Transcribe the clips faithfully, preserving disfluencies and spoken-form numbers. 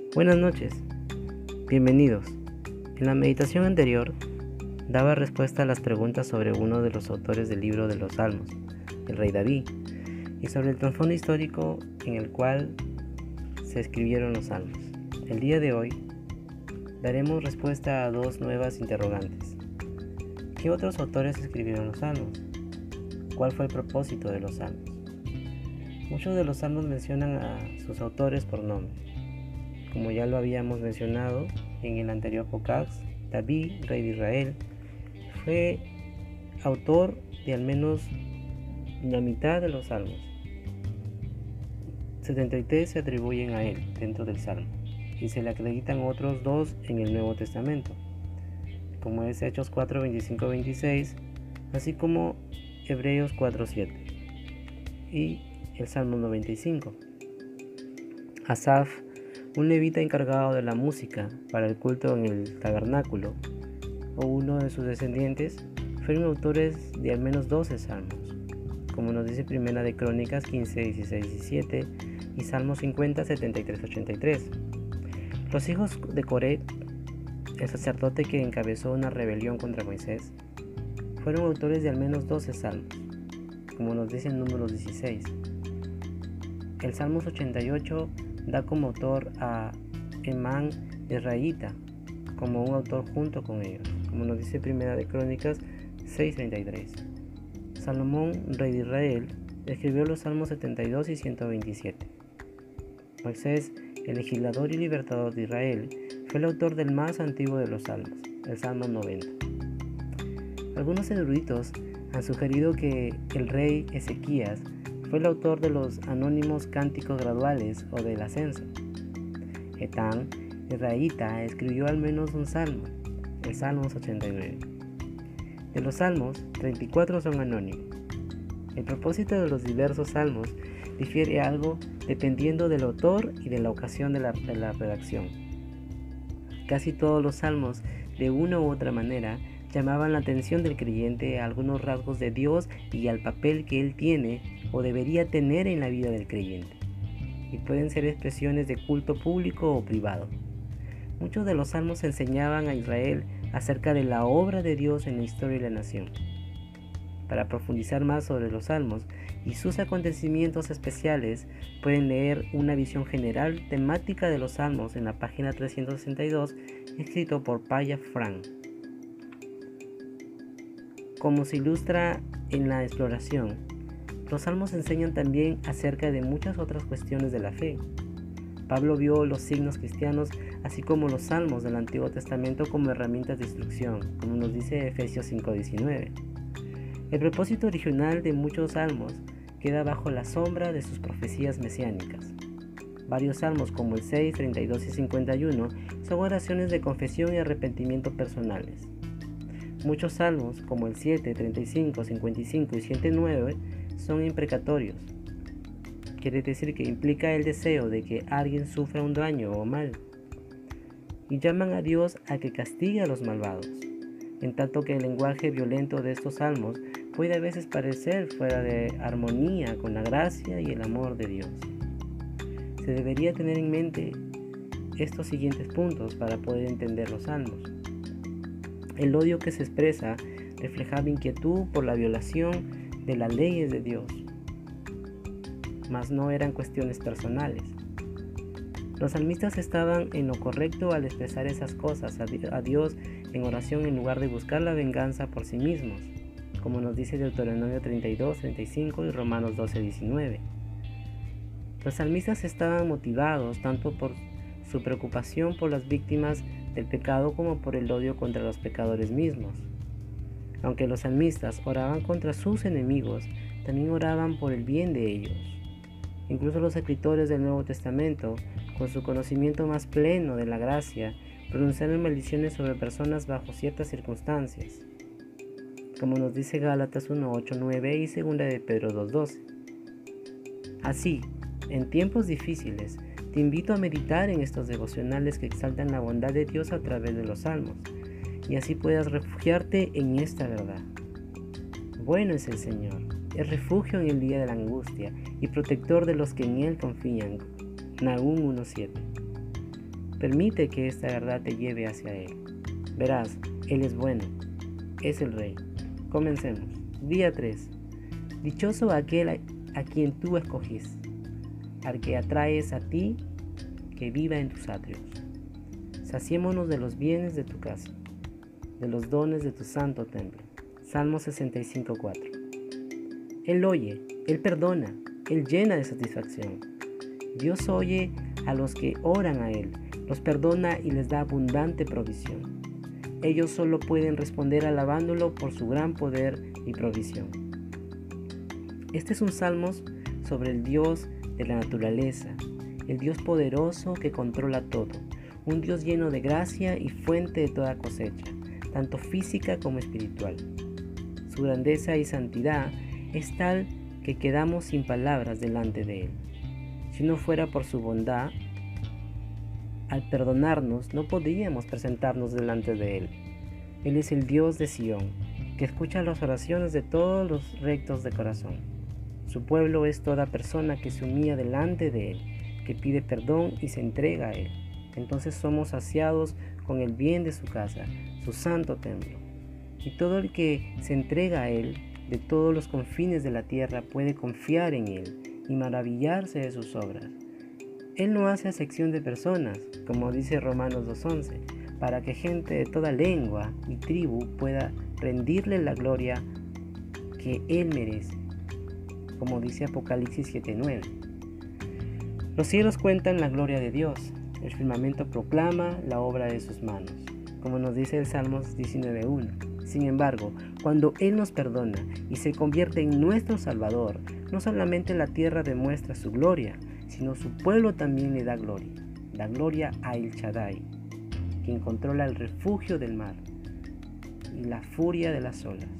Buenas noches, bienvenidos. En la meditación anterior daba respuesta a las preguntas sobre uno de los autores del libro de los Salmos, el rey David, y sobre el trasfondo histórico en el cual se escribieron los Salmos. El día de hoy daremos respuesta a dos nuevas interrogantes. ¿Qué otros autores escribieron los Salmos? ¿Cuál fue el propósito de los Salmos? Muchos de los Salmos mencionan a sus autores por nombre. Como ya lo habíamos mencionado en el anterior podcast, David, rey de Israel, fue autor de al menos la mitad de los salmos. setenta y tres se atribuyen a él dentro del salmo y se le acreditan otros dos en el Nuevo Testamento, como es Hechos cuatro, veinticinco, veintiséis, así como Hebreos cuatro, siete y el Salmo noventa y cinco. Asaf, un levita encargado de la música para el culto en el tabernáculo, o uno de sus descendientes, fueron autores de al menos doce salmos, como nos dice Primera de Crónicas quince, dieciséis, diecisiete y Salmos cincuenta, setenta y tres, ochenta y tres. Los hijos de Coré, el sacerdote que encabezó una rebelión contra Moisés, fueron autores de al menos doce salmos, como nos dice en Números dieciséis. El Salmos ochenta y ocho da como autor a Emán Israelita, como un autor junto con ellos, como nos dice Primera de Crónicas seis, treinta y tres. Salomón, rey de Israel, escribió los Salmos setenta y dos y ciento veintisiete. Moisés, el legislador y libertador de Israel, fue el autor del más antiguo de los Salmos, el Salmo noventa. Algunos eruditos han sugerido que el rey Ezequías fue el autor de los anónimos cánticos graduales o del ascenso. Etán, israelita, escribió al menos un salmo, el Salmos ochenta y nueve. De los salmos, treinta y cuatro son anónimos. El propósito de los diversos salmos difiere algo dependiendo del autor y de la ocasión de la, de la redacción. Casi todos los salmos, de una u otra manera, llamaban la atención del creyente a algunos rasgos de Dios y al papel que Él tiene o debería tener en la vida del creyente, y pueden ser expresiones de culto público o privado. Muchos de los salmos enseñaban a Israel acerca de la obra de Dios en la historia de la nación. Para profundizar más sobre los salmos y sus acontecimientos especiales, pueden leer una visión general temática de los salmos en la página trescientos sesenta y dos, escrito por Paya Frank. Como se ilustra en la exploración, los salmos enseñan también acerca de muchas otras cuestiones de la fe. Pablo vio los signos cristianos, así como los salmos del Antiguo Testamento, como herramientas de instrucción, como nos dice Efesios cinco, diecinueve. El propósito original de muchos salmos queda bajo la sombra de sus profecías mesiánicas. Varios salmos, como el seis, treinta y dos y cincuenta y uno, son oraciones de confesión y arrepentimiento personales. Muchos salmos, como el siete, treinta y cinco, cincuenta y cinco y ciento nueve, son imprecatorios. Quiere decir que implica el deseo de que alguien sufra un daño o mal, y llaman a Dios a que castigue a los malvados, en tanto que el lenguaje violento de estos salmos puede a veces parecer fuera de armonía con la gracia y el amor de Dios. Se debería tener en mente estos siguientes puntos para poder entender los salmos. El odio que se expresa reflejaba inquietud por la violación de las leyes de Dios, mas no eran cuestiones personales. Los salmistas estaban en lo correcto al expresar esas cosas a Dios en oración en lugar de buscar la venganza por sí mismos, como nos dice Deuteronomio treinta y dos, treinta y cinco y Romanos doce, diecinueve. Los salmistas estaban motivados tanto por su preocupación por las víctimas del pecado como por el odio contra los pecadores mismos. Aunque los salmistas oraban contra sus enemigos, también oraban por el bien de ellos. Incluso los escritores del Nuevo Testamento, con su conocimiento más pleno de la gracia, pronunciaron maldiciones sobre personas bajo ciertas circunstancias, como nos dice Gálatas uno, ocho, nueve y segunda de Pedro dos, doce. Así, en tiempos difíciles, te invito a meditar en estos devocionales que exaltan la bondad de Dios a través de los salmos, y así puedas refugiarte en esta verdad. Bueno es el Señor, es refugio en el día de la angustia y protector de los que en Él confían. Nahum uno, siete. permite que esta verdad te lleve hacia Él. Verás, Él es bueno, es el Rey. Comencemos. Día tres. Dichoso aquel a, a quien tú escogiste, al que atraes a ti, que viva en tus atrios. Saciémonos de los bienes de tu casa, de los dones de tu santo templo. Salmo sesenta y cinco, cuatro. Él oye, Él perdona, Él llena de satisfacción. Dios oye a los que oran a Él, los perdona y les da abundante provisión. Ellos solo pueden responder alabándolo por su gran poder y provisión. Este es un salmo sobre el Dios de la naturaleza, el Dios poderoso que controla todo, un Dios lleno de gracia y fuente de toda cosecha, tanto física como espiritual. Su grandeza y santidad es tal que quedamos sin palabras delante de Él. Si no fuera por su bondad, al perdonarnos no podríamos presentarnos delante de Él. Él es el Dios de Sión, que escucha las oraciones de todos los rectos de corazón. Su pueblo es toda persona que se humilla delante de Él, que pide perdón y se entrega a Él. Entonces somos saciados con el bien de su casa, su santo templo. Y todo el que se entrega a Él, de todos los confines de la tierra, puede confiar en Él y maravillarse de sus obras. Él no hace acepción de personas, como dice Romanos dos once, para que gente de toda lengua y tribu pueda rendirle la gloria que Él merece, como dice Apocalipsis siete nueve. Los cielos cuentan la gloria de Dios, el firmamento proclama la obra de sus manos, como nos dice el Salmos diecinueve uno. Sin embargo, cuando Él nos perdona y se convierte en nuestro Salvador, no solamente la tierra demuestra su gloria, sino su pueblo también le da gloria. Da gloria a El Shaddai, quien controla el refugio del mar y la furia de las olas.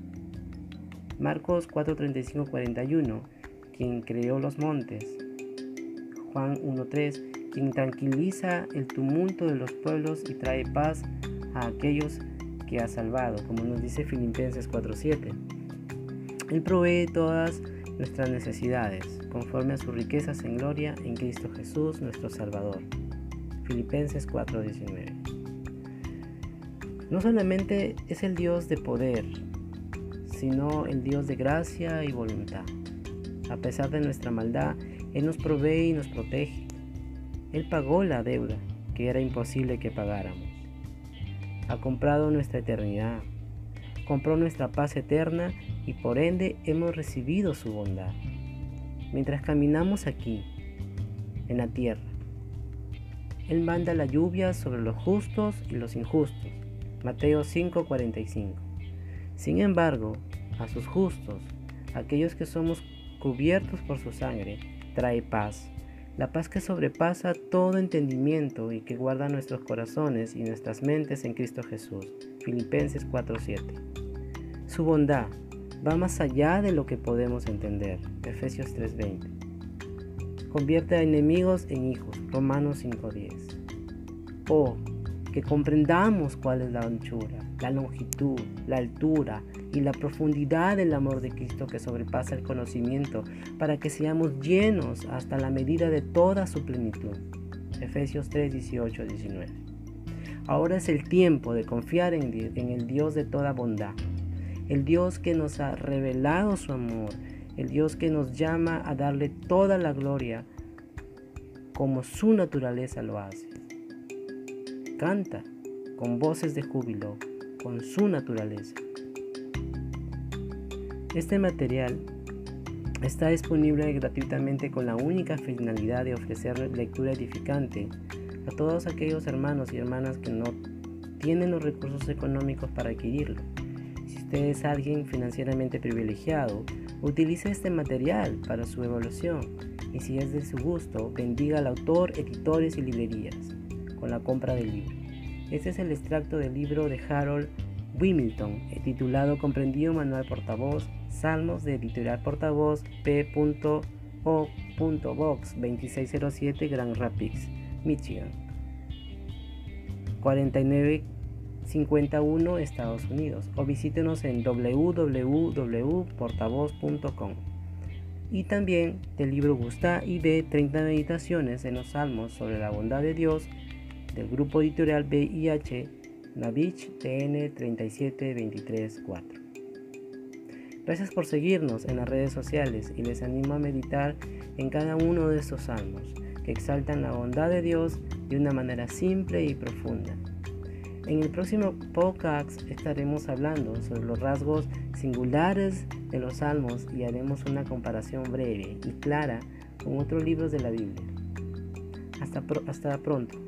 Marcos cuatro treinta y cinco cuarenta y uno, quien creó los montes. Juan uno tres, quien tranquiliza el tumulto de los pueblos y trae paz a aquellos que ha salvado, como nos dice Filipenses cuatro siete. Él provee todas nuestras necesidades, conforme a sus riquezas en gloria en Cristo Jesús, nuestro Salvador. Filipenses cuatro diecinueve. No solamente es el Dios de poder, sino el Dios de gracia y voluntad. A pesar de nuestra maldad, Él nos provee y nos protege. Él pagó la deuda que era imposible que pagáramos. Ha comprado nuestra eternidad, compró nuestra paz eterna y por ende hemos recibido su bondad. Mientras caminamos aquí, en la tierra, Él manda la lluvia sobre los justos y los injustos. Mateo cinco cuarenta y cinco. Sin embargo, a sus justos, aquellos que somos cubiertos por su sangre, trae paz. La paz que sobrepasa todo entendimiento y que guarda nuestros corazones y nuestras mentes en Cristo Jesús. Filipenses cuatro siete. Su bondad va más allá de lo que podemos entender. Efesios tres veinte. Convierte a enemigos en hijos. Romanos cinco diez. Oh, que comprendamos cuál es la anchura, la longitud, la altura y la profundidad del amor de Cristo que sobrepasa el conocimiento, para que seamos llenos hasta la medida de toda su plenitud. Efesios tres dieciocho diecinueve. Ahora es el tiempo de confiar en, en el Dios de toda bondad, el Dios que nos ha revelado su amor, el Dios que nos llama a darle toda la gloria como su naturaleza lo hace. Canta con voces de júbilo, con su naturaleza. Este material está disponible gratuitamente con la única finalidad de ofrecer lectura edificante a todos aquellos hermanos y hermanas que no tienen los recursos económicos para adquirirlo. Si usted es alguien financieramente privilegiado, utilice este material para su evaluación, y si es de su gusto, bendiga al autor, editores y librerías con la compra del libro. Este es el extracto del libro de Harold Willmington, titulado Comprendido Manual Portavoz, Salmos, de Editorial Portavoz, P O Box veintiséis cero siete, Grand Rapids, Michigan, cuarenta y nueve cincuenta y uno, Estados Unidos, o visítenos en w w w punto portavoz punto com. Y también del libro Gustá y B, treinta meditaciones en los Salmos sobre la bondad de Dios, del grupo editorial V I H Navich T N treinta y siete veintitrés cuatro. Gracias por seguirnos en las redes sociales y les animo a meditar en cada uno de estos salmos que exaltan la bondad de Dios de una manera simple y profunda. En el próximo podcast estaremos hablando sobre los rasgos singulares de los salmos y haremos una comparación breve y clara con otros libros de la Biblia. Hasta, pro- hasta pronto.